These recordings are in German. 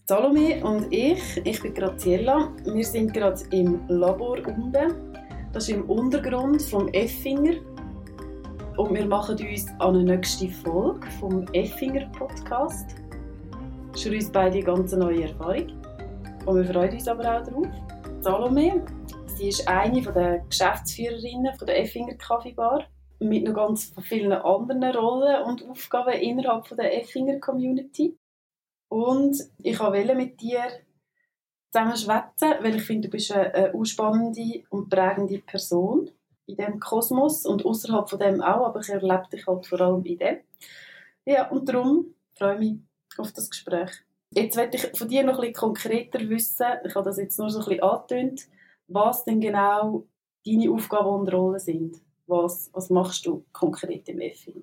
Salome und ich bin Graziella. Wir sind gerade im Labor unten. Das ist im Untergrund vom Effinger. Und wir machen uns an eine nächste Folge vom Effinger Podcast. Das ist für uns beide eine ganz neue Erfahrung. Und wir freuen uns aber auch darauf. Salome, sie ist eine der Geschäftsführerinnen der Effinger Kaffeebar mit noch ganz vielen anderen Rollen und Aufgaben innerhalb der Effinger Community. Und ich wollte mit dir zusammen schwätzen, weil ich finde, du bist eine spannende und prägende Person in diesem Kosmos und außerhalb von dem auch, aber ich erlebe dich halt vor allem in dem. Ja, und darum freue ich mich auf das Gespräch. Jetzt möchte ich von dir noch ein bisschen konkreter wissen, ich habe das jetzt nur so ein bisschen angetönt, was denn genau deine Aufgaben und Rollen sind. Was machst du konkret im Effinger?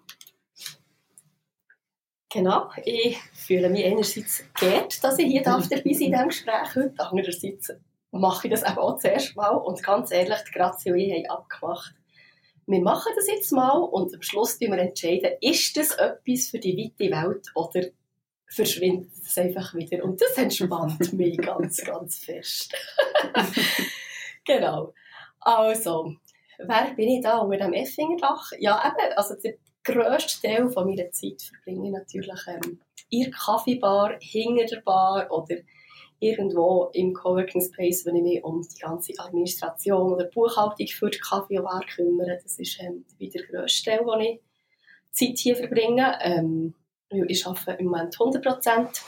Genau, ich fühle mich einerseits geehrt, dass ich hier dabei sein in diesem Gespräch heute. Andererseits mache ich das auch zuerst mal. Und ganz ehrlich, die Grazie und ich haben abgemacht. Wir machen das jetzt mal und am Schluss entscheiden wir, ist das etwas für die weite Welt oder verschwindet es einfach wieder. Und das entspannt mich ganz, ganz fest. Genau. Also, wer bin ich da unter dem Effingerdach? Ja, eben, also der grösste Teil von meiner Zeit verbringe ich natürlich in der Kaffeebar, hinter der Bar oder irgendwo im Coworking Space, wenn ich mich um die ganze Administration oder Buchhaltung für die Kaffee und Bar kümmere. Das ist wieder der grösste Teil, wo ich Zeit hier verbringe. Ich arbeite im Moment 100%.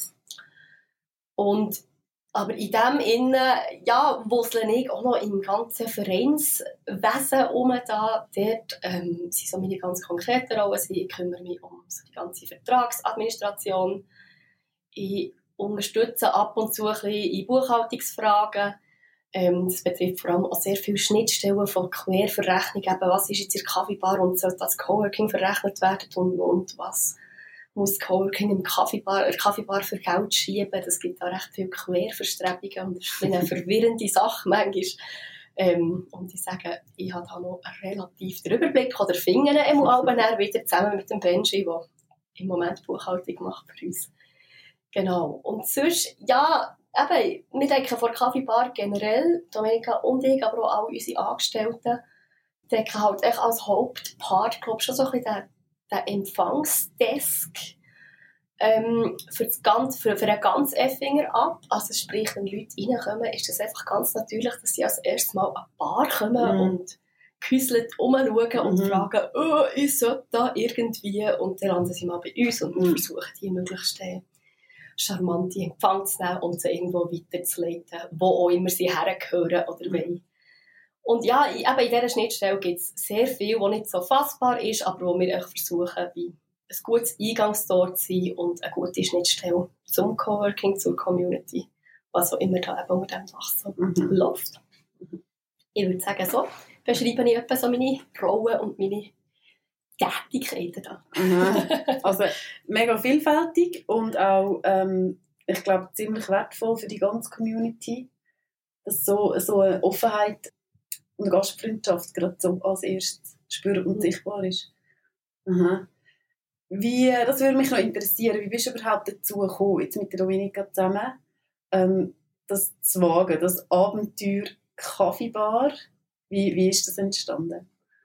Aber in dem Innen, ja, wussle ich auch noch im ganzen Vereinswesen da. Dort sind so meine ganz konkreten Rollen. Ich kümmere mich um so die ganze Vertragsadministration. Ich unterstütze ab und zu ein bisschen in Buchhaltungsfragen. Das betrifft vor allem auch sehr viele Schnittstellen von Querverrechnung. Eben, was ist jetzt in der Kaffeebar und soll das Coworking verrechnet werden und was muss Coworking im Kaffeebar für Geld schieben. Das gibt auch recht viele Querverstrebungen und das ist eine verwirrende Sache manchmal. Und ich sage, ich habe da noch einen relativ den Überblick oder finde ihn wieder zusammen mit dem Benji, der im Moment Buchhaltung macht für uns. Genau. Und sonst, ja, eben, wir denken vor der Kaffeebar generell, Domenica und ich, aber auch alle unsere Angestellten, denken halt echt als Hauptpart, glaube ich, schon so ein bisschen der Empfangsdesk für einen ganz Effinger ab. Also sprich, wenn Leute reinkommen, ist das einfach ganz natürlich, dass sie als erstes mal an die Bar kommen und gehäuselt rumschauen und fragen, ich sollte da irgendwie. Und dann landen sie mal bei uns und wir versuchen, die möglichst charmant in Empfang zu nehmen und sie irgendwo weiterzuleiten, wo auch immer sie hergehören oder wollen. Und ja, eben in dieser Schnittstelle gibt es sehr viel, was nicht so fassbar ist, aber wo wir versuchen, wie ein gutes Eingangstor zu sein und eine gute Schnittstelle zum Coworking, zur Community, was auch immer da eben unter dem Dach so läuft. Ich würde sagen, so beschreibe ich etwa so meine Rollen und meine Tätigkeiten da. Also mega vielfältig und auch, ich glaube, ziemlich wertvoll für die ganze Community, dass so eine Offenheit und eine Gastfreundschaft gerade so als erstes spürbar und sichtbar ist. Aha. Das würde mich noch interessieren, wie bist du überhaupt dazu gekommen, jetzt mit der Domenica zusammen, das zu wagen, das Abenteuer Kaffeebar, wie ist das entstanden?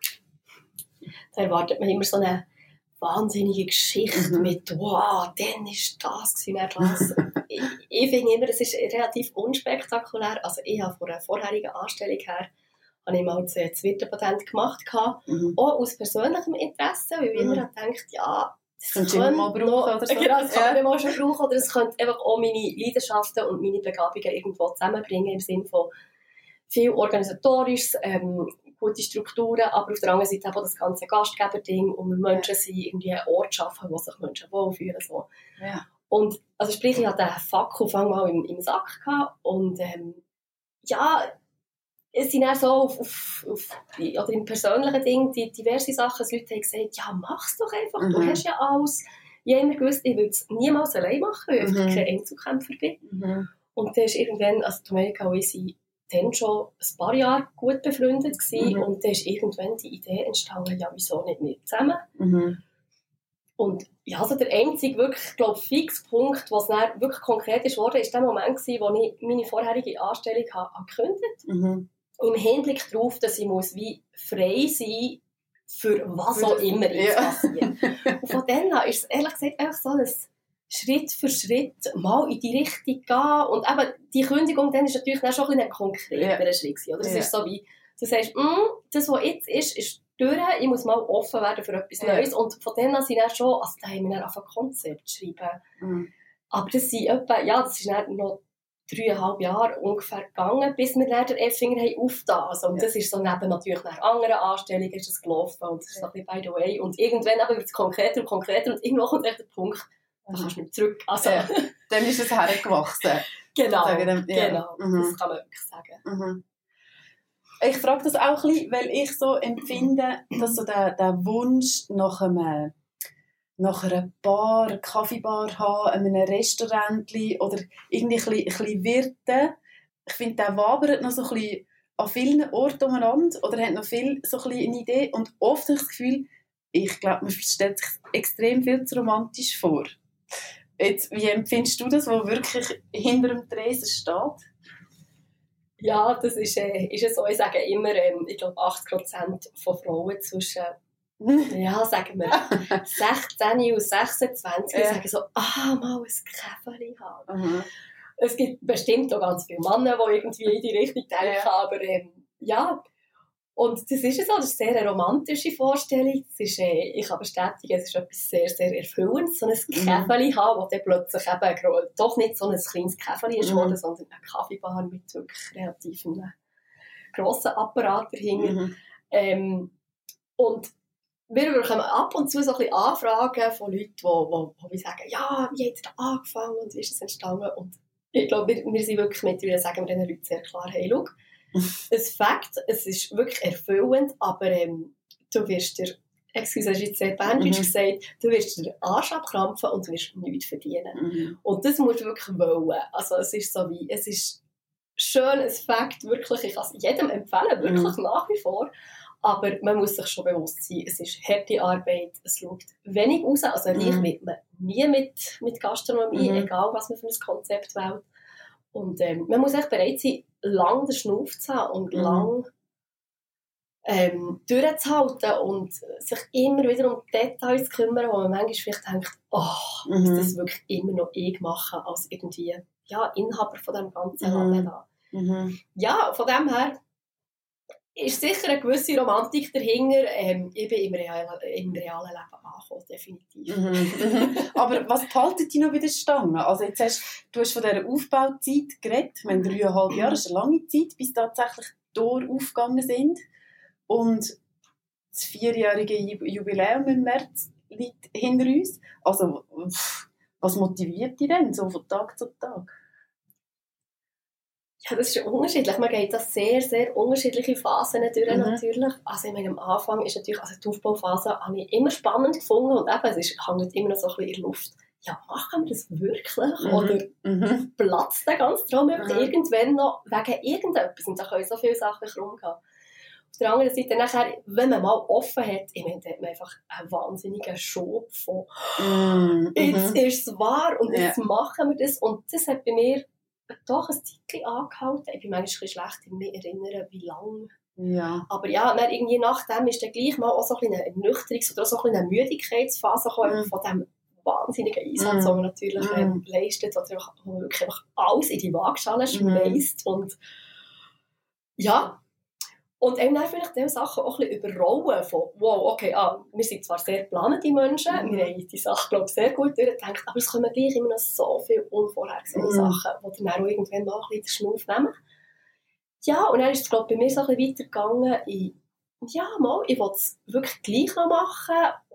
Da erwartet man immer so eine wahnsinnige Geschichte mit «Wow, dann war das, das». Ich finde immer, das ist relativ unspektakulär. Also ich habe von einer vorherigen Anstellung her habe ich mal das Wirtepatent gemacht, auch aus persönlichem Interesse, weil ich immer gedacht, ja, das könnte man mal brauchen oder so. Genau, das kann man mal schon brauchen, oder es könnte einfach auch meine Leidenschaften und meine Begabungen irgendwo zusammenbringen, im Sinne von viel Organisatorisches, gute Strukturen, aber auf der anderen Seite auch das ganze Gastgeberding und wir Menschen sind irgendwie einen Ort schaffen, wo sich Menschen wohlfühlen. So. Ja. Und, also sprich, ich hatte den Fackelfang mal im Sack gehabt und ja, es sind auch so oder im persönlichen Ding diverse Sachen, dass Leute haben gesagt, ja, mach's doch einfach, du hast ja alles. Ich habe immer gewusst, ich würde es niemals allein machen, weil ich einfach kein Einzelkämpfer bin. Und dann ist irgendwann, also Domenica und ich sind dann schon ein paar Jahre gut befreundet gewesen, und dann ist irgendwann die Idee entstanden, ja, wieso nicht wir zusammen? Und ja, also der einzige wirklich, glaube ich, Fixpunkt, was dann wirklich konkret ist worden, ist der Moment gewesen, wo ich meine vorherige Anstellung gekündigt habe. Im Hinblick darauf, dass ich muss wie frei sein für was auch immer jetzt passiert. Und von dann an ist es ehrlich gesagt einfach so ein Schritt für Schritt mal in die Richtung gehen. Und eben die Kündigung dann ist natürlich dann schon ein konkreterer Schritt gewesen, oder? Es ist so wie, du sagst, das, was jetzt ist durch, ich muss mal offen werden für etwas Neues. Und von dann an sind dann schon, also da haben wir dann angefangen Konzept zu schreiben. Aber das sind etwa, das ist dann noch 3,5 Jahre ungefähr gegangen, bis wir dann den Effinger aufgetan haben. Also, und das ist so neben natürlich nach anderen Anstellungen ist das gelaufen. Und das ist so ein bisschen by the way. Und irgendwann wird es konkreter und konkreter. Und irgendwann kommt echt der Punkt, da kannst du nicht zurück. Also, dann ist es hergewachsen. Genau, das kann man wirklich sagen. Ich frage das auch ein bisschen, weil ich so empfinde, dass so der Wunsch nach einer Bar, einer Kaffeebar haben, einem Restaurant oder irgendwie ein bisschen Wirten. Ich finde, der wabert noch so ein bisschen an vielen Orten umeinander oder hat noch viel so ein bisschen eine Idee. Und oft habe ich das Gefühl, ich glaube, man stellt sich extrem viel zu romantisch vor. Jetzt, wie empfindest du das, wo wirklich hinter dem Tresen steht? Ja, das ist so. Ich sage immer, ich glaube, 80% von Frauen zwischen, sagen wir, 16 und 26, sagen so, mal ein Käferli haben. Es gibt bestimmt auch ganz viele Männer, die irgendwie in die Richtung denken, aber und das ist so, das ist eine sehr romantische Vorstellung. Das ist, ich kann bestätigen, es ist etwas sehr, sehr Erfüllendes, so ein Käferli haben, wo dann plötzlich eben doch nicht so ein kleines Käferli ist worden, sondern eine Kaffeebar mit wirklich relativ einem grossen Apparat dahinter. Und wir bekommen ab und zu so ein bisschen Anfragen von Leuten, die sagen, ja, wie hat es da angefangen und wie ist es entstanden? Und ich glaube, wir sind wirklich mittlerweile, sagen wir den Leuten sehr klar, hey, schau, es Fakt, es ist wirklich erfüllend, aber du wirst dir, excuse, hast du jetzt sehr berndeutsch gesagt, du wirst dir den Arsch abkrampfen und du wirst nichts verdienen. Und das musst du wirklich wollen. Also es ist so wie, es ist schön, ein Fakt, wirklich, ich kann es jedem empfehlen, wirklich nach wie vor, aber man muss sich schon bewusst sein, es ist harte Arbeit, es schaut wenig raus, also reich wird man nie mit Gastronomie, egal was man für ein Konzept wählt. Und man muss echt bereit sein, lang den Schnuff zu haben und lang durchzuhalten und sich immer wieder um Details zu kümmern, wo man manchmal vielleicht denkt, muss das wirklich immer noch ich machen, als irgendwie Inhaber von dem ganzen Laden da. Ja, von dem her ist sicher eine gewisse Romantik dahinter. Ich bin im realen Leben angekommen, definitiv. Aber was behaltet dich noch bei der Stange? Also jetzt du hast von dieser Aufbauzeit geredet. Wir haben 3,5 Jahre, das ist eine lange Zeit, bis tatsächlich die Tore aufgegangen sind. Und das 4-jährige Jubiläum im März liegt hinter uns. Also, was motiviert dich denn so von Tag zu Tag? Ja, das ist unterschiedlich. Man geht da sehr, sehr unterschiedliche Phasen durch, natürlich. Also, ich meine, am Anfang ist natürlich, also die Aufbauphase habe ich immer spannend gefunden und eben, hängt immer noch so ein bisschen in der Luft. Ja, machen wir das wirklich? Oder platzt der ganze Traum irgendwann noch wegen irgendetwas? Und da können so viele Sachen rumgehen. Auf der anderen Seite, nachher, wenn man mal offen hat, ich meine, da hat man einfach einen wahnsinnigen Schub von jetzt ist es wahr und jetzt machen wir das. Und das hat bei mir doch ein Zeitchen angehalten. Ich bin manchmal ein bisschen schlecht in mich erinnern, wie lange. Ja. Aber ja, dann irgendwie nachdem ist dann gleich mal auch so ein bisschen eine Ernüchterungs- oder auch so ein bisschen eine Müdigkeitsphase gekommen, von diesem wahnsinnigen Einsatz, den man natürlich leistet, oder man wirklich einfach alles in die Waagschale schmeißt. Und ja, und eben dann vielleicht diese Sachen auch ein bisschen überrollen von, wow, okay, wir sind zwar sehr planende Menschen, wir haben die Sache, glaube ich, sehr gut durchgedacht, aber es kommen gleich immer noch so viele unvorhergesehene Sachen, die dann auch irgendwann mal ein bisschen den Schnuff nehmen. Ja, und dann ist es, glaube ich, bei mir so ein bisschen weitergegangen, ich will es wirklich gleich noch machen.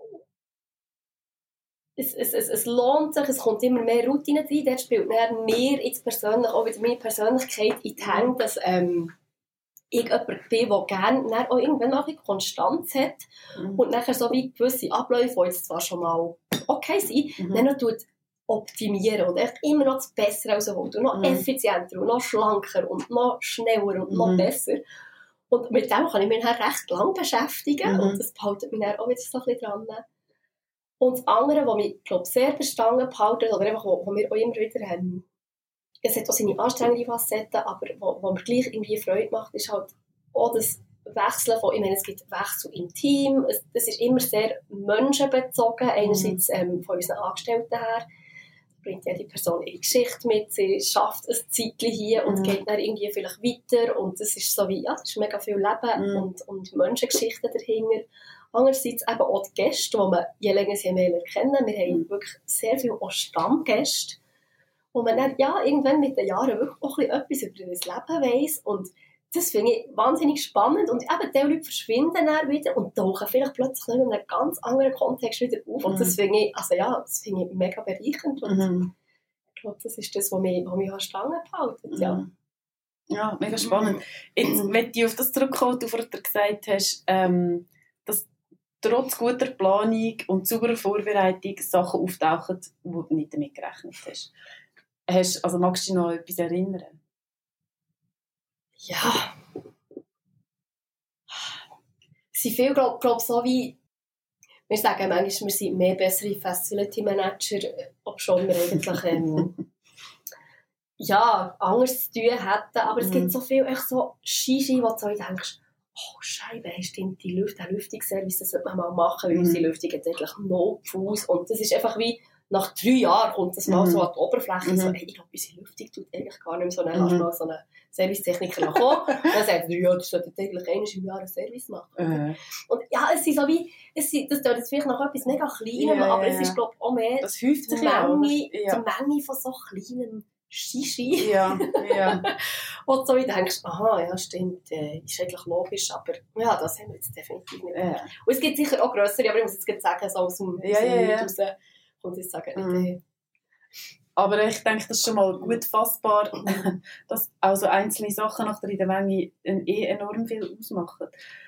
Es lohnt sich, es kommt immer mehr Routine rein, dort spielt dann mir jetzt persönlich auch wieder meine Persönlichkeit in die Hände, dass ich jemand bin, der gerne auch irgendwann noch ein bisschen Konstanz hat und nachher so wie gewisse Abläufe, die jetzt zwar schon mal okay sind, dann noch optimieren und echt immer noch das Bessere rausholen und noch effizienter und noch schlanker und noch schneller und noch besser. Und mit dem kann ich mich dann recht lang beschäftigen und das behaltet mich dann auch wieder so ein bisschen dran. Und das andere, was mich, glaube sehr verstanden behalten, oder einfach, wo wir auch immer wieder haben, es hat auch seine anstrengende Facetten, aber wo mir gleich irgendwie Freude macht, ist halt auch das Wechseln von, ich meine, es gibt Wechsel im Team, das ist immer sehr menschenbezogen, einerseits von unseren Angestellten her, bringt jede Person ihre Geschichte mit, sie schafft ein Zeitchen hier und geht dann irgendwie vielleicht weiter und das ist so wie, ja, das ist mega viel Leben und Menschengeschichten dahinter. Andererseits eben auch die Gäste, die man je länger je mehr kennen. Wir haben wirklich sehr viele auch Stammgäste, wo man dann ja, irgendwann mit den Jahren wirklich auch etwas über das Leben weiss und das finde ich wahnsinnig spannend und eben die Leute verschwinden dann wieder und tauchen vielleicht plötzlich in einem ganz anderen Kontext wieder auf und das finde ich, also ja, das finde ich mega bereichernd und ich glaube, das ist das, was mich an Stangen behält, ja. Ja, mega spannend. Jetzt möchte ich auf das zurückkommen, was du vorhin gesagt hast, dass trotz guter Planung und sauberer Vorbereitung Sachen auftauchen, wo du nicht damit gerechnet hast. Also magst du dich noch an etwas erinnern? Ja. Es sind viele, glaube so wie, wir sagen manchmal, wir sind mehr bessere Facility Manager, obschon wir eigentlich ja, anders zu tun hätten. Aber es gibt so viel echt so Shishi, wo du denkst, oh Scheibe, stimmt, der Lüftungsservice, das sollte man mal machen, weil unsere Lüftung hat eigentlich no Fuß. Und das ist einfach wie, nach 3 Jahren kommt das mal so an die Oberfläche. So, hey, ich glaube, unsere Lüftung tut eigentlich gar nicht mehr so. Dann lass mal so einen Servicetechniker kommen. Und dann sagt er, ja, das sollte eigentlich einmal im Jahr einen Service machen. Und ja, es ist so wie, das tut jetzt vielleicht noch etwas mega Kleinem, aber es ist, glaube ich, auch mehr das häuft sich die Menge von so kleinen Shishi. Ja. Und so, ich denkst, aha, ja, stimmt, ist eigentlich logisch, aber ja, das haben wir jetzt definitiv nicht gemacht. Und es gibt sicher auch grössere, aber ich muss jetzt gerade sagen, so aus dem raus, und ich sage nicht. Aber ich denke, das ist schon mal gut fassbar, dass auch so einzelne Sachen nachher in der Menge enorm viel ausmachen.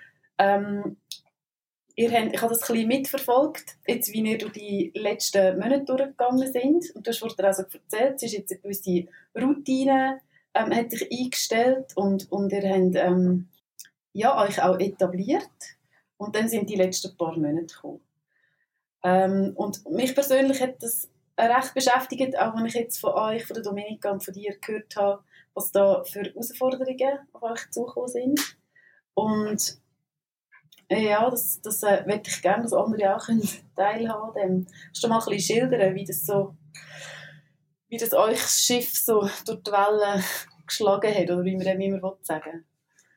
Ich habe das ein bisschen mitverfolgt, jetzt, wie ihr durch die letzten Monate durchgegangen sind. Und du hast vorhin auch so erzählt, es ist jetzt eine gewisse Routine, hat sich eingestellt und ihr habt euch auch etabliert. Und dann sind die letzten paar Monate gekommen. Und mich persönlich hat das recht beschäftigt, auch wenn ich jetzt von euch, von der Dominika und von dir gehört habe, was da für Herausforderungen auf euch zugekommen sind. Und ja, das möchte ich gerne, dass andere auch teilhaben können. Kannst du mal ein bisschen schildern, wie das euch das Schiff so durch die Wellen geschlagen hat, oder wie man dem immer sagen.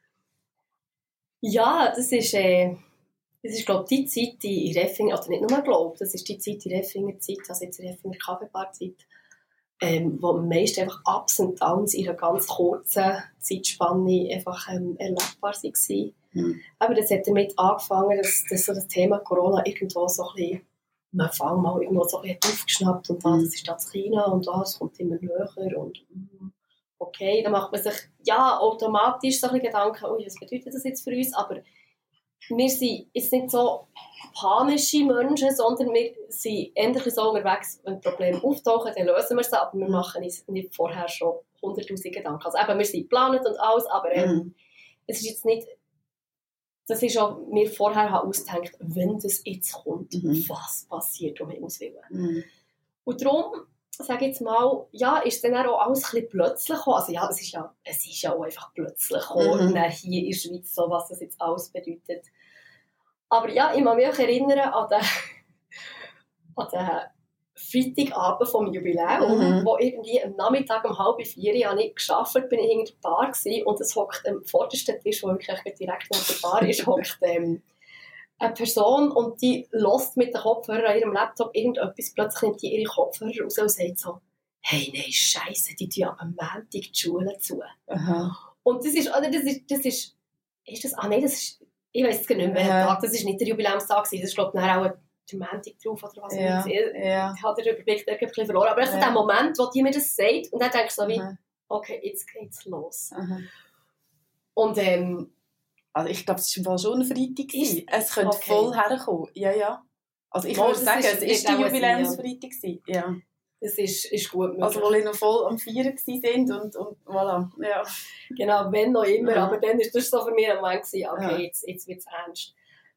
Ja, das ist glaube ich, die Zeit in Effinger, oder nicht nur glaube, das ist die Zeit in Effinger Zeit, also jetzt in Effinger Kaffeebar-Zeit, wo am meisten einfach Ups und Downs in einer ganz kurzen Zeitspanne einfach erlebbar waren. Aber das hat damit angefangen, dass so das Thema Corona irgendwo so ein bisschen, man fängt mal irgendwo so ein bisschen aufgeschnappt und das ist das China und das kommt immer näher und okay, dann macht man sich ja automatisch so ein bisschen Gedanken, was bedeutet das jetzt für uns, aber wir sind jetzt nicht so panische Menschen, sondern wir sind endlich so unterwegs, wenn Probleme auftauchen, dann lösen wir sie, aber wir machen uns nicht vorher schon 100'000 Gedanken. Also eben, wir sind geplant und alles, aber es ist jetzt nicht, das ist auch mir vorher ausgedacht, wenn das jetzt kommt, was passiert um Himmels Willen. Und darum, sage ich jetzt mal, ja, ist dann auch alles ein bisschen plötzlich gekommen. Also ja, es ist ja auch einfach plötzlich gekommen, hier in der Schweiz, so, was das jetzt alles bedeutet. Aber ja, ich kann mich erinnern an den Freitagabend vom Jubiläum, wo irgendwie am Nachmittag um 3:30 habe ich gearbeitet, bin ich hinter der Bar gewesen, und es hockt am vordersten Tisch, wo wirklich direkt neben der Bar ist, hockt eine Person und die hört mit den Kopfhörern an ihrem Laptop irgendetwas, plötzlich nimmt die ihre Kopfhörer raus und sagt so, hey, nein, Scheisse, die tun am Montag die Schule zu. Und das ist, ich weiss es gar nicht mehr, welcher Tag, das war nicht der Jubiläumstag, das ist, glaube ich, auch der Montag drauf, oder was ich habe den Überblick ein bisschen verloren, aber der Moment, wo die mir das sagt, und dann denke ich so wie, okay, jetzt geht's los. Und also ich glaube, es war schon ein Freitag. Es könnte voll herkommen. Ja. Also ich würde sagen, es war die Jubiläumsfreitag. Ja. Das ist gut möglich. Also, wo wir noch voll am Feiern sind und voilà. Ja. Genau, wenn noch immer. Aber dann war das so für mich ein Moment, okay, jetzt wird es ernst.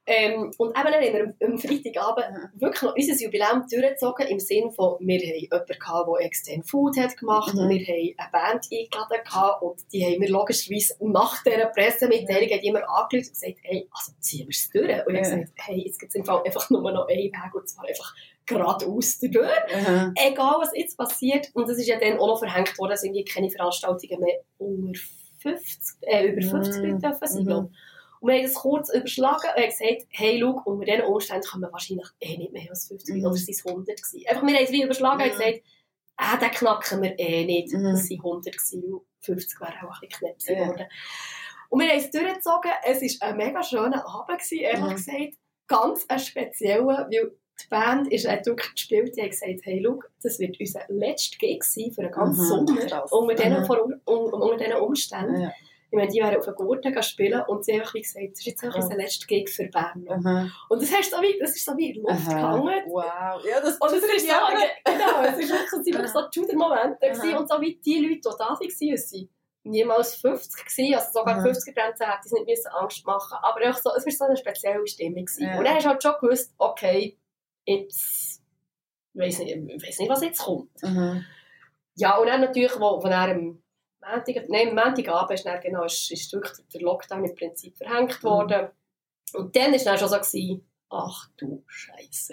Und eben dann haben wir am Freitagabend wirklich noch unser Jubiläum durchgezogen, im Sinne von, wir haben jemanden gehabt, der extern Food hat gemacht, wir haben eine Band eingeladen gehabt, und die haben wir logischerweise nach dieser Pressemitteilung immer angerufen und gesagt, hey, also ziehen wir es durch. Und ich habe gesagt, hey, jetzt gibt es im Fall einfach nur noch einen Weg, und zwar einfach geradeaus durch. Egal, was jetzt passiert. Und das ist ja dann auch noch verhängt worden, dass irgendwie keine Veranstaltungen mehr über 50 Leute dürfen sein. Und wir haben das kurz überschlagen und haben gesagt, hey, schau, unter diesen Umständen können wir wahrscheinlich nicht mehr als 50 oder es waren 100 gewesen. Einfach, wir haben es wie überschlagen und gesagt, den knacken wir nicht. Das waren 100 gewesen, 50 wäre auch ein bisschen knapp geworden. Und wir haben es durchgezogen. Es war ein mega schöner Abend gewesen, ehrlich gesagt. Ganz ein spezieller, weil die Band hat wirklich gespielt, die hat gesagt, hey, schau, das wird unser letzter Gig sein für den ganzen Sommer, unter diesen Umständen. Ich meine, die wären auf den Gurten spielen und sie haben auch gesagt, das ist jetzt auch unser letzter Gig für Bern. Und das ist so wie in die Luft gehangen. Wow. Ja, das und es ist so, genau, es war wirklich so Juder-Momente. Und so wie die Leute, die da waren, sie niemals 50 gewesen, also sogar 50 Grenzen hätte ich nicht Angst machen. Aber auch so, es war so eine spezielle Stimmung gewesen. Und dann hast du halt schon gewusst, okay, jetzt, ich weiss nicht, was jetzt kommt. Ja, und dann natürlich, wo von einem Montagabend ist dann genau, ist wirklich der Lockdown im Prinzip verhängt worden. Und dann war es dann schon so gewesen, ach du Scheisse.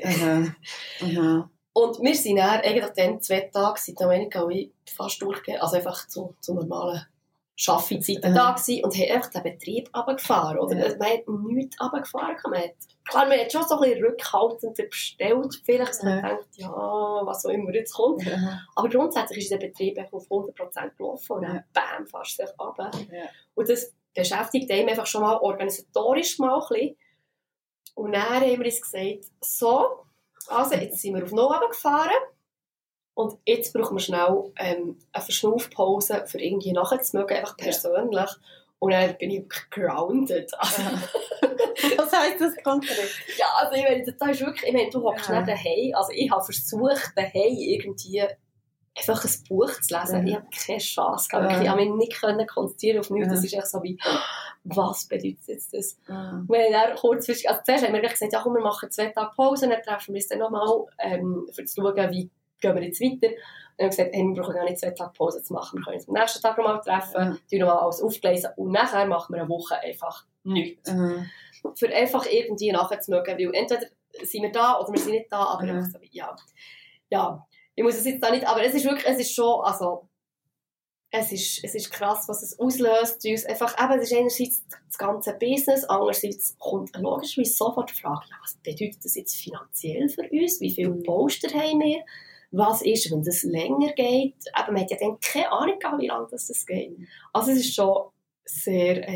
Und wir sind dann eigentlich dann 2 Tage, seit Domenica fast durchgehend, also einfach zu normalen Schaffenzeiten da gewesen und haben einfach den Betrieb runtergefahren. Oder? Man hat nichts runtergefahren. Man hat schon so ein bisschen rückhaltender bestellt. Vielleicht dass man denkt, ja, was auch immer jetzt kommt. Aber grundsätzlich ist der Betrieb auf 100% gelaufen und dann bam, fast sich runter. Und das beschäftigt einem einfach schon mal organisatorisch mal ein bisschen. Und dann haben wir uns gesagt, so, also jetzt sind wir auf Null runtergefahren. Und jetzt brauchen wir schnell eine Verschnaufpause, für irgendwie nachzumögen, einfach persönlich. Und dann bin ich wirklich grounded. Also, was heisst das konkret? Ja, also ich meine, das ist wirklich, ich meine, du hockst nicht daheim. Also ich habe versucht, daheim irgendwie einfach ein Buch zu lesen. Ich habe keine Chance gehabt. Ich konnte mich nicht konzentrieren auf nichts. Das ist echt so wie, was bedeutet jetzt das? Wenn dann kurzfristig, also zuerst haben wir gesagt, ja komm, wir machen 2 Tage Pause, dann treffen wir uns dann nochmal, für zu schauen, wie gehen wir jetzt weiter. Und dann haben wir gesagt, hey, wir brauchen gar nicht 2 Tage Pause zu machen. Wir können uns am nächsten Tag nochmal treffen, nochmal alles auflesen und nachher machen wir eine Woche einfach nichts. Für einfach irgendwie nachzumögen, weil entweder sind wir da oder wir sind nicht da, aber einfach so, ja, ich muss es jetzt da nicht, aber es ist wirklich, es ist schon, also, es ist krass, was es auslöst. Es ist einerseits das ganze Business, andererseits kommt logischerweise sofort die Frage, ja, was bedeutet das jetzt finanziell für uns? Wie viele Poster haben wir? Was ist, wenn das länger geht? Aber man hat ja dann keine Ahnung, wie lange das geht. Also es ist schon sehr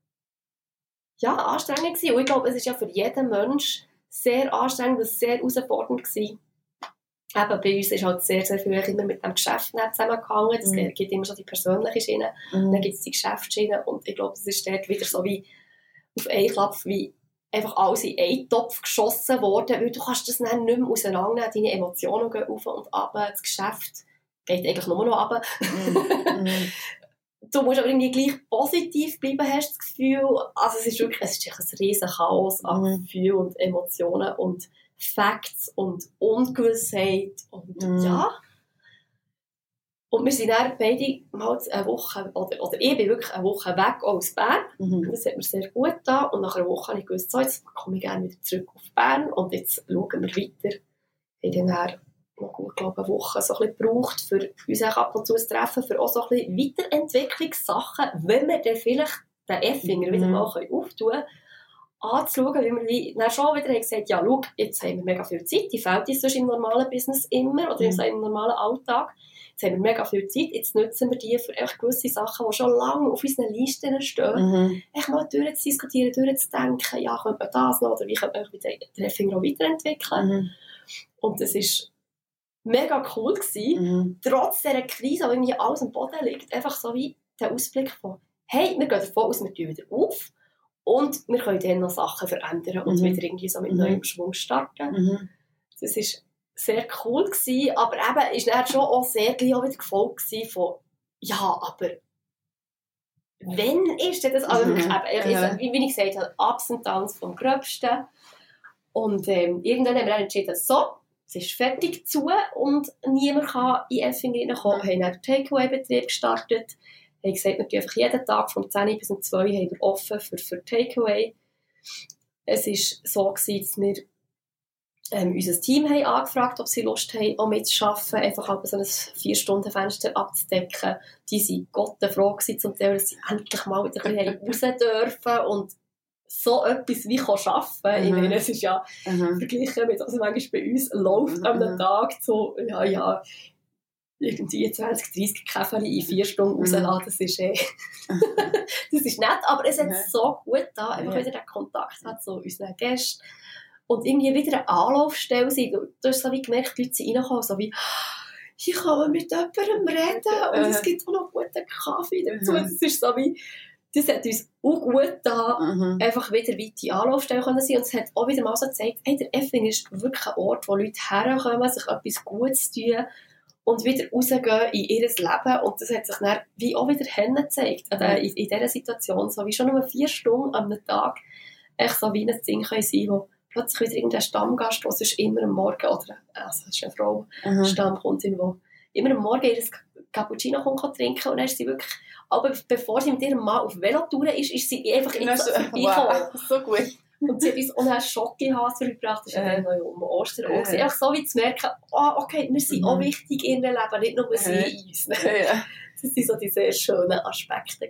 anstrengend gewesen. Und ich glaube, es ist ja für jeden Mensch sehr anstrengend und sehr herausfordernd gewesen. Eben, bei uns ist halt sehr, sehr viel immer mit dem Geschäft zusammengehangen. Es gibt immer so die persönliche Schiene, dann gibt es die Geschäftsschiene. Und ich glaube, es ist dort wieder so wie auf einen Klapp, wie einfach alles in einen Topf geschossen worden, weil du kannst das dann nicht mehr auseinandernehmen, deine Emotionen gehen auf und ab, das Geschäft geht eigentlich nur noch ab. Du musst aber irgendwie gleich positiv bleiben, hast du das Gefühl. Also es ist wirklich ein riesen Chaos an Gefühlen und Emotionen und Facts und Ungewissheit und ja. Und wir sind dann beide mal eine Woche, oder ich bin wirklich eine Woche weg aus Bern. Das hat mir sehr gut getan. Und nach einer Woche habe ich gewusst, so, jetzt komme ich gerne wieder zurück auf Bern und jetzt schauen wir weiter. Ich habe dann noch gut, glaube eine Woche so ein bisschen gebraucht, für uns ab und zu zu treffen, für auch so ein bisschen Weiterentwicklungssachen, wenn wir dann vielleicht den Effinger wieder mal auftun können, anzuschauen, wie wir dann schon wieder haben gesagt, ja, schau, jetzt haben wir mega viel Zeit, die fehlt uns sonst im normalen Business immer, oder im normalen Alltag. Jetzt haben wir mega viel Zeit, jetzt nutzen wir die für gewisse Sachen, die schon lange auf unseren Listen stehen, echt mal durchzudiskutieren, durchzudenken, ja, könnte man das noch, oder wie könnte man den Effinger auch weiterentwickeln. Und das war mega cool gewesen, trotz dieser Krise, wo irgendwie alles am Boden liegt, einfach so wie der Ausblick von, hey, wir gehen davon aus, wir tun wieder auf und wir können dann noch Sachen verändern und wieder irgendwie so mit neuem Schwung starten. Das war sehr cool gewesen, aber eben ist dann schon auch sehr gleich auch wieder gefolgt von, ja, aber wenn ist das? Also wirklich, wie ich gesagt habe, Ups und Downs vom Gröbsten. Und irgendwann haben wir dann entschieden, so, es ist fertig zu und niemand kann in Effinghausen reinkommen. Wir haben einen Takeaway-Betrieb gestartet. Wir haben gesagt, wir tun einfach jeden Tag von 10 bis 2 haben wir offen für Takeaway. Es war so, dass wir unser Team haben angefragt, ob sie Lust haben, auch mitzuarbeiten, einfach halt so ein 4-Stunden-Fenster abzudecken. Die waren gottenfroh gewesen, zum Teil, dass sie endlich mal wieder ein bisschen raus dürfen und so etwas wie arbeiten. Ich meine, es ist ja verglichen mit, was manchmal bei uns läuft an einem Tag, so, irgendwie 20, 30 Käferli in 4 Stunden rauslassen, das ist das ist nett, aber es hat so gut da, einfach wieder den Kontakt hat zu unseren Gästen und irgendwie wieder eine Anlaufstelle sein. Du hast so wie gemerkt, die Leute sind reingekommen, so wie, ich kann mit jemandem reden und es gibt auch noch guten Kaffee dazu. Das ist so wie, das hat uns auch gut da, einfach wieder weite Anlaufstellen können sein. Und es hat auch wieder mal so gezeigt, hey, der Effing ist wirklich ein Ort, wo Leute herkommen, sich etwas Gutes tun und wieder rausgehen in ihr Leben. Und das hat sich dann wie auch wieder gezeigt in dieser Situation. So wie schon nur 4 Stunden am Tag echt so wie ein Ding sein können, wo plötzlich wieder irgendein Stammgast, der sonst immer am Morgen, oder also das ist eine Frau, Stammkundin, die immer am Morgen ihr Cappuccino trinken und dann ist sie wirklich, aber bevor sie mit ihrem Mann auf Velotour ist sie einfach vorbeigekommen. Wow, so gut. Und sie hat uns auch einen Schokihase gebracht, das war dann noch um Ostern. Einfach so wie zu merken, okay, wir sind auch wichtig in ihrem Leben, nicht nur sie in uns. Das waren so die sehr schönen Aspekte.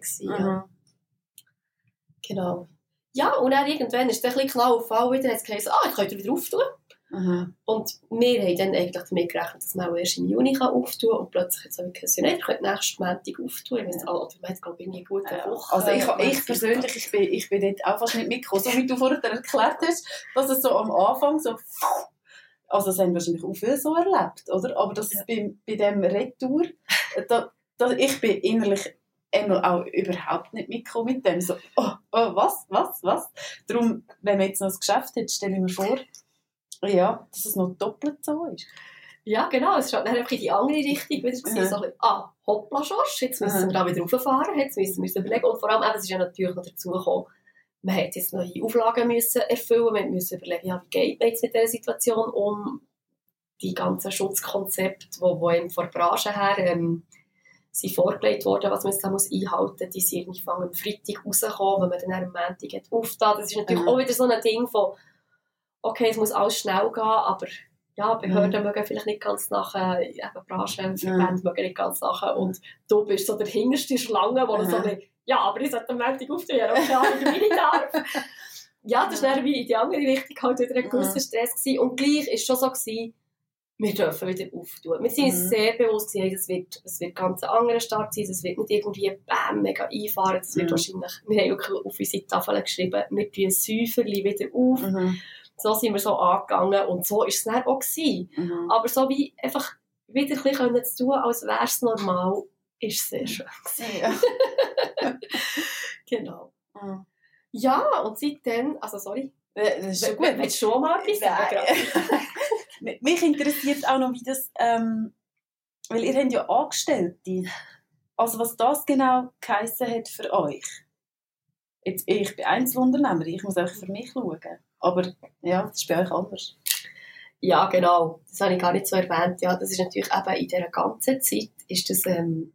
Genau. Ja, und dann irgendwann ist es ein bisschen klar auf Fall wieder, hat es geheißen, jetzt könnt ihr wieder auftun. Und wir haben dann eigentlich damit gerechnet, dass man auch erst im Juni auftun kann. Und plötzlich hat es auch gesagt, ihr könnt nächsten Montag auftun. Ich weiss, oder man hat, glaube ich, eine gute Woche. Also ich persönlich, ich bin dort auch fast nicht mitgekommen. So wie du vorher erklärt hast, dass es so am Anfang so, also das haben wahrscheinlich auch viele so erlebt, oder? Aber das bei dem Retour, ich bin innerlich auch überhaupt nicht mitgekommen mit dem. So, was? Darum, wenn man jetzt noch ein Geschäft hat, stelle ich mir vor, ja, dass es noch doppelt so ist. Ja, genau. Es ist halt einfach in die andere Richtung wieder gewesen. So hoppla, Schorsch, jetzt müssen wir da wieder rauffahren, jetzt müssen wir uns überlegen. Und vor allem, es ist ja natürlich noch dazu gekommen, man hat jetzt neue Auflagen müssen erfüllen, man musste überlegen, wie geht man jetzt mit dieser Situation um, die ganzen Schutzkonzepte, die von der Branche her sind vorgelegt worden, was man jetzt da muss einhalten muss, die sind irgendwie am Freitag rausgekommen, wenn man dann am Montag aufgetan. Das ist natürlich auch wieder so ein Ding von, okay, es muss alles schnell gehen, aber ja, Behörden mögen vielleicht nicht ganz nachher, Branchenverbände mögen nicht ganz nachher und du bist so der hinterste Schlange, wo so eine, ja, aber ich sollte am Montag auftun, ja, okay, wie ich darf. Ja, das war dann wie in die andere Richtung halt wieder ein gewisser Stress gewesen. Und gleich war es schon so gewesen, wir dürfen wieder auftun. Wir sind uns sehr bewusst gewesen, es wird ganz ein anderer Start sein, es wird nicht irgendwie mega einfahren, es wird wahrscheinlich, wir haben wirklich auf unsere Tafel geschrieben, wir tun Säuferli wieder auf. So sind wir so angegangen und so war es dann auch gewesen. Aber so wie einfach wieder ein bisschen zu tun, als wäre es normal, ist sehr schön gewesen. Genau. Ja, und seitdem, also sorry, das ist schon gut. Willst du schon mal etwas sagen? Mich interessiert auch noch, wie das, weil ihr habt ja Angestellte, also was das genau geheissen hat für euch. Jetzt, ich bin Einzelunternehmer, ich muss auch für mich schauen. Aber ja, das ist bei euch anders. Ja, genau. Das habe ich gar nicht so erwähnt. Ja, das ist natürlich eben in dieser ganzen Zeit ist das ein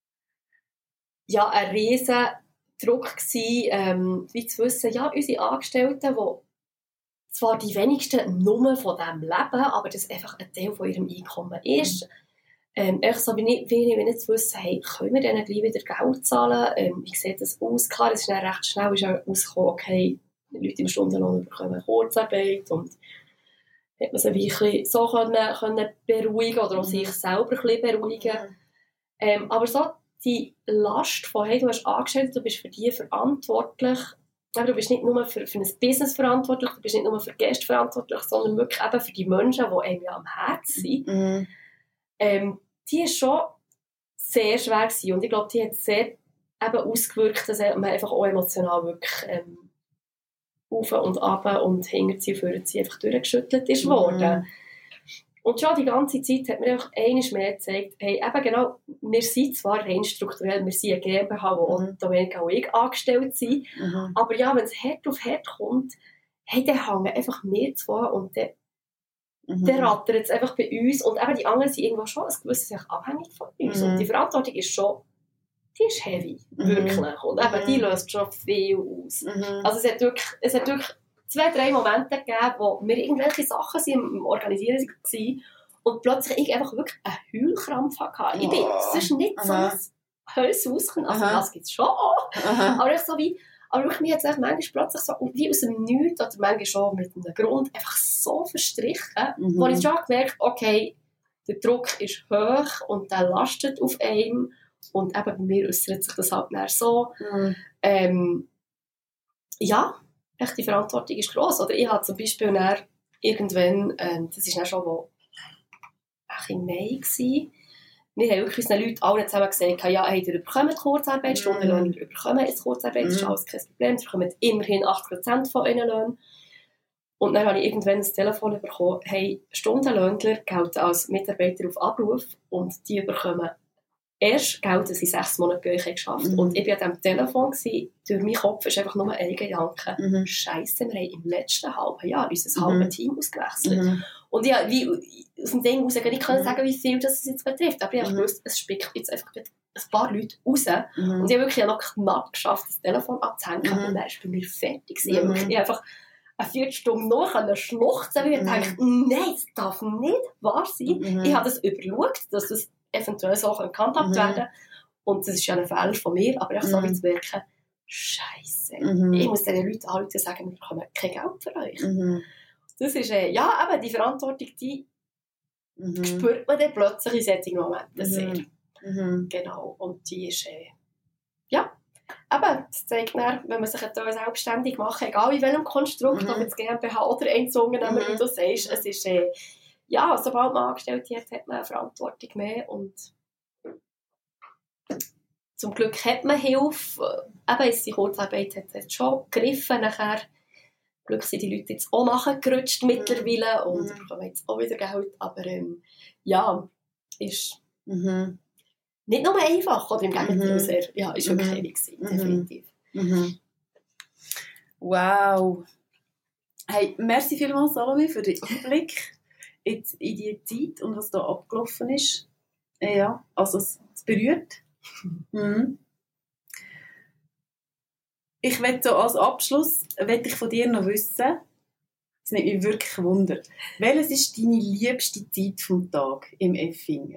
riesen Druck gewesen, wie zu wissen, ja, unsere Angestellten, die zwar die wenigsten nur von diesem leben, aber das einfach ein Teil von ihrem Einkommen ist. Echt so, wie nicht zu wissen, hey, können wir denen gleich wieder Geld zahlen? Wie sieht das aus? Klar, es ist dann recht schnell rausgekommen, okay, die Leute im Stundenlohn bekommen Kurzarbeit und hat man sie wirklich so können beruhigen oder auch sich selber ein bisschen beruhigen. Aber so die Last von, hey, du hast Angestellte, du bist für die verantwortlich, aber du bist nicht nur für ein Business verantwortlich, du bist nicht nur für Gäste verantwortlich, sondern wirklich eben für die Menschen, die einem ja am Herzen sind. Die war schon sehr schwer gewesen. Und ich glaube, die hat sehr eben ausgewirkt, dass man einfach auch emotional wirklich auf und ab und hinter sie und vorne sie einfach durchgeschüttelt ist worden. Und schon die ganze Zeit hat mir einfach einmal mehr gezeigt, hey, eben genau, wir sind zwar rein strukturell, wir sind eine GmbH, wo Domenica und ich angestellt sind, aber ja, wenn es Herd auf Herd kommt, hey, dann hängen einfach wir zwei und dann rattert es einfach bei uns und eben die anderen sind irgendwo schon ein gewisses abhängig von uns und die Verantwortung ist schon, die ist heavy, wirklich, und eben die löst schon viel aus. Also es hat wirklich 2-3 Momente gegeben, wo wir irgendwelche Sachen im Organisieren waren und plötzlich ich einfach wirklich einen Heulkrampf hatte. Ich bin sonst nicht so ein Hölz rausgekommen, also das gibt es schon auch, aber so wie, aber wirklich, mir hat es manchmal plötzlich so wie aus dem Nichts oder manchmal schon mit einem Grund einfach so verstrichen, wo ich schon gemerkt habe, okay, der Druck ist hoch und der lastet auf einem und eben bei mir äußert sich das halt mehr so. Ja, echt, die Verantwortung ist gross. Oder ich habe zum Beispiel dann irgendwann, das war dann schon im Mai gewesen, wir haben wirklich unseren Leuten alle zusammen gesagt, ja, hey, ihr bekommt Kurzarbeit, Stundenlöhne, ihr bekommt jetzt Kurzarbeit, das ist alles kein Problem, ihr bekommt immerhin 80% von euren Löhnen. Und dann habe ich irgendwann ein Telefon bekommen, hey, Stundenlöhnler gelten als Mitarbeiter auf Abruf und die bekommen erst Geld, das sie 6 Monate bei euch geschafft haben. Und ich war an diesem Telefon, durch meinen Kopf ist einfach nur ein Gedanke, Scheisse, wir haben im letzten halben Jahr unser halbes Team ausgewechselt. Und ja, wie aus dem Ding raus, ich kann nicht sagen, wie viel das jetzt betrifft, aber ich habe gewusst, es spickt jetzt einfach ein paar Leute raus. Und ich habe wirklich noch knapp geschafft, das Telefon abzuhängen und dann war bei mir fertig. Ich habe einfach eine Viertelstunde noch schluchzen, weil ich dachte, nein, das darf nicht wahr sein. Ich habe das überschaut, dass das eventuell so gehandhabt werden. Und das ist ja ein Fehler von mir, aber ich so wie zu merken, Scheisse. Ich muss den Leuten anrufen und sagen, wir bekommen kein Geld für euch. Das ist, ja, eben die Verantwortung, die spürt man dann plötzlich in solchen Momenten sehr. Genau. Und die ist, ja, eben, das zeigt dann, wenn man sich selbstständig macht, egal in welchem Konstrukt, ob jetzt GmbH oder Einzelunternehmer, wie du sagst, es ist, ja, sobald man Angestellte hat man eine Verantwortung mehr und zum Glück hat man Hilfe. Eben, die Kurzarbeit hat jetzt schon gegriffen. Nachher, Glück sind die Leute jetzt auch nachgerutscht mittlerweile und bekommen jetzt auch wieder Geld. Aber ja, ist nicht nur einfach, oder im Gegenteil sehr, ja, ist wirklich ewig gewesen, definitiv. Wow. Hey, merci vielmals, Salome, für den Einblick in die Zeit und was da abgelaufen ist. Ja, also es berührt. Ich möchte so als Abschluss ich von dir noch wissen, es nimmt mich wirklich Wunder, welches ist deine liebste Zeit vom Tag im Effinger?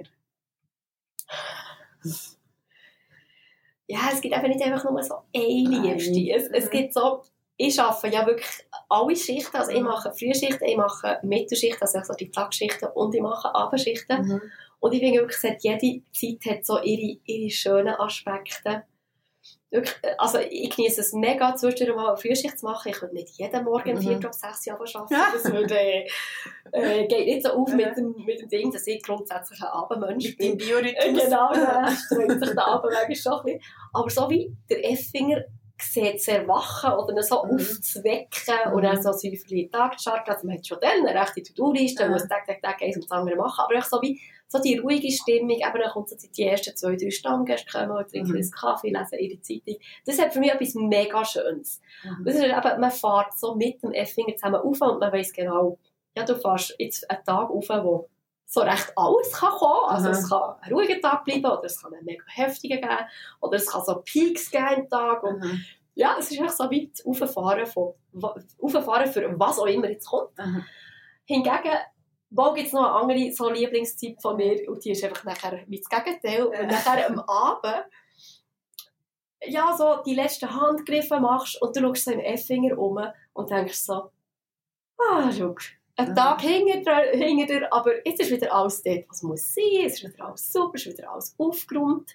Ja, es gibt einfach nicht einfach nur so eine Liebste. Es gibt so, ich arbeite ja wirklich alle Schichten, also ich mache Frühschichten, ich mache Mittelschichten, also so die Tagschichten und ich mache Abendschichten. Und ich finde wirklich, jede Zeit hat so ihre schönen Aspekte. Wirklich, also ich genieße es mega, zwischendurch mal eine Frühschicht zu machen. Ich könnte nicht jeden Morgen 4 bis 6 Jahre arbeiten. Das würde, geht nicht so auf mit dem Ding, dass ich grundsätzlich ein Abendmensch bin. Mit dem Biorhythmus. Genau, das strengt sich der Abend manchmal schon ein bisschen. Aber so wie der Effinger sieht zu erwachen oder so aufzuwecken oder so ein bisschen Tag zu starten. Also man hat schon dann eine rechte To-Do-Liste, man muss Tag eins und das andere machen. Aber auch so wie so die ruhige Stimmung, eben dann kommt so die ersten 2-3 Stammgäste kommen, trinken einen Kaffee, lesen ihre Zeitung. Das hat für mich etwas mega Schönes. Das ist eben, man fährt so mit dem Effinger zusammen rauf und man weiss genau, ja, du fährst jetzt einen Tag rauf, wo so recht alles kann kommen. Also es kann ein ruhiger Tag bleiben oder es kann einen mega heftigen geben oder es kann so Peaks geben im Tag. Und ja, es ist echt so weit rauffahren für was auch immer jetzt kommt. Hingegen, wo gibt es noch eine andere so Lieblingszeit von mir und die ist einfach nachher wie das Gegenteil. Und nachher am Abend ja, so die letzten Handgriffe machst und du schaust so im Effinger um und denkst so, schau, ein Tag hinter dir, aber jetzt ist wieder alles dort, was muss sein, es ist wieder alles super, es ist wieder alles aufgeräumt.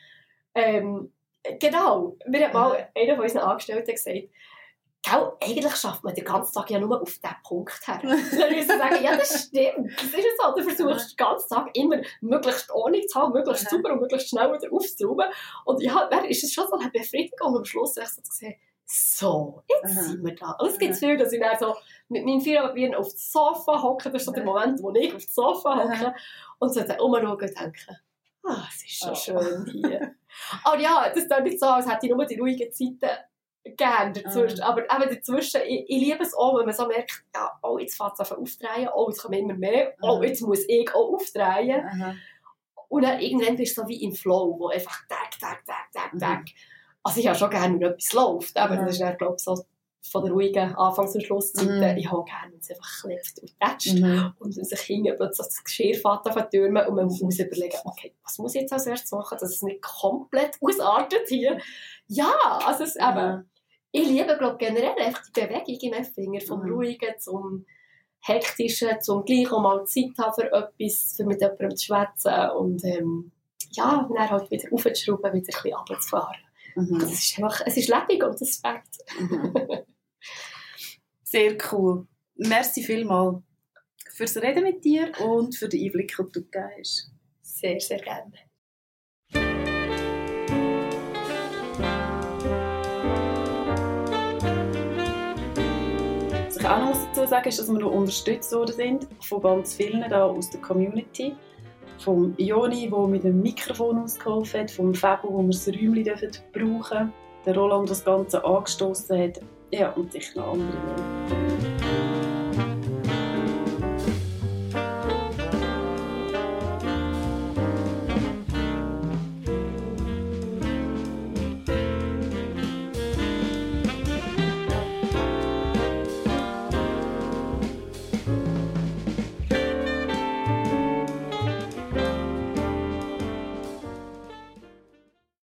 Genau, mir hat mal einer von unseren Angestellten gesagt, eigentlich schafft man den ganzen Tag ja nur auf diesen Punkt her. Dann würde ich sagen, ja, das stimmt, das ist es so, du versuchst den ganzen Tag immer möglichst Ordnung zu haben, möglichst sauber und möglichst schnell wieder aufzuräumen. Und ja, dann ist es schon so eine Befriedigung am Schluss, wenn ich so zu sehen, so, jetzt sind wir da. Und es gibt viel, dass ich dann so mit meinem Feierabendbier auf das Sofa hocke. Das ist so der Moment, wo ich auf das Sofa hocke und so dann umschaue und denke, es ist schon schön hier. Aber ja, das ist nicht so, als hätte ich nur die ruhigen Zeiten gerne dazwischen. Aber eben dazwischen, ich liebe es auch, wenn man so merkt, ja, oh, jetzt fängt es an aufzudrehen, oh, jetzt kommen immer mehr, oh, jetzt muss ich auch aufdrehen. Und dann irgendwann bist du so wie im Flow, wo einfach Tag. Also ich habe schon gerne, wenn etwas läuft, aber das ist dann, glaube ich, so von der ruhigen Anfangs- und Schlusszeit. Ich habe gerne, wenn es einfach klebt und tätscht und wenn sich hinten plötzlich das Geschirr vertürmen und man muss überlegen, okay, was muss ich jetzt als erstes machen, dass es nicht komplett ausartet hier. Ja, also es, eben, ich liebe, glaube ich, generell einfach die Bewegung im Finger, vom Ruhigen zum Hektischen, zum gleich auch mal Zeit haben für etwas, für mit jemandem zu schwätzen und ja, dann halt wieder aufzuschrauben, wieder ein bisschen runterzufahren. Das ist einfach, es ist lebendig und das fängt. Sehr cool. Merci vielmals fürs Reden mit dir und für den Einblick, den du gegeben hast. Sehr, sehr gerne. Was ich auch noch dazu sagen ist, dass wir noch unterstützt worden sind von ganz vielen da aus der Community. Vom Joni, der mit dem Mikrofon ausgeholfen hat, vom Fabio, wo wir das Räumchen brauchen dürfen, der Roland, der das Ganze angestoßen hat, ja, und sicher noch andere.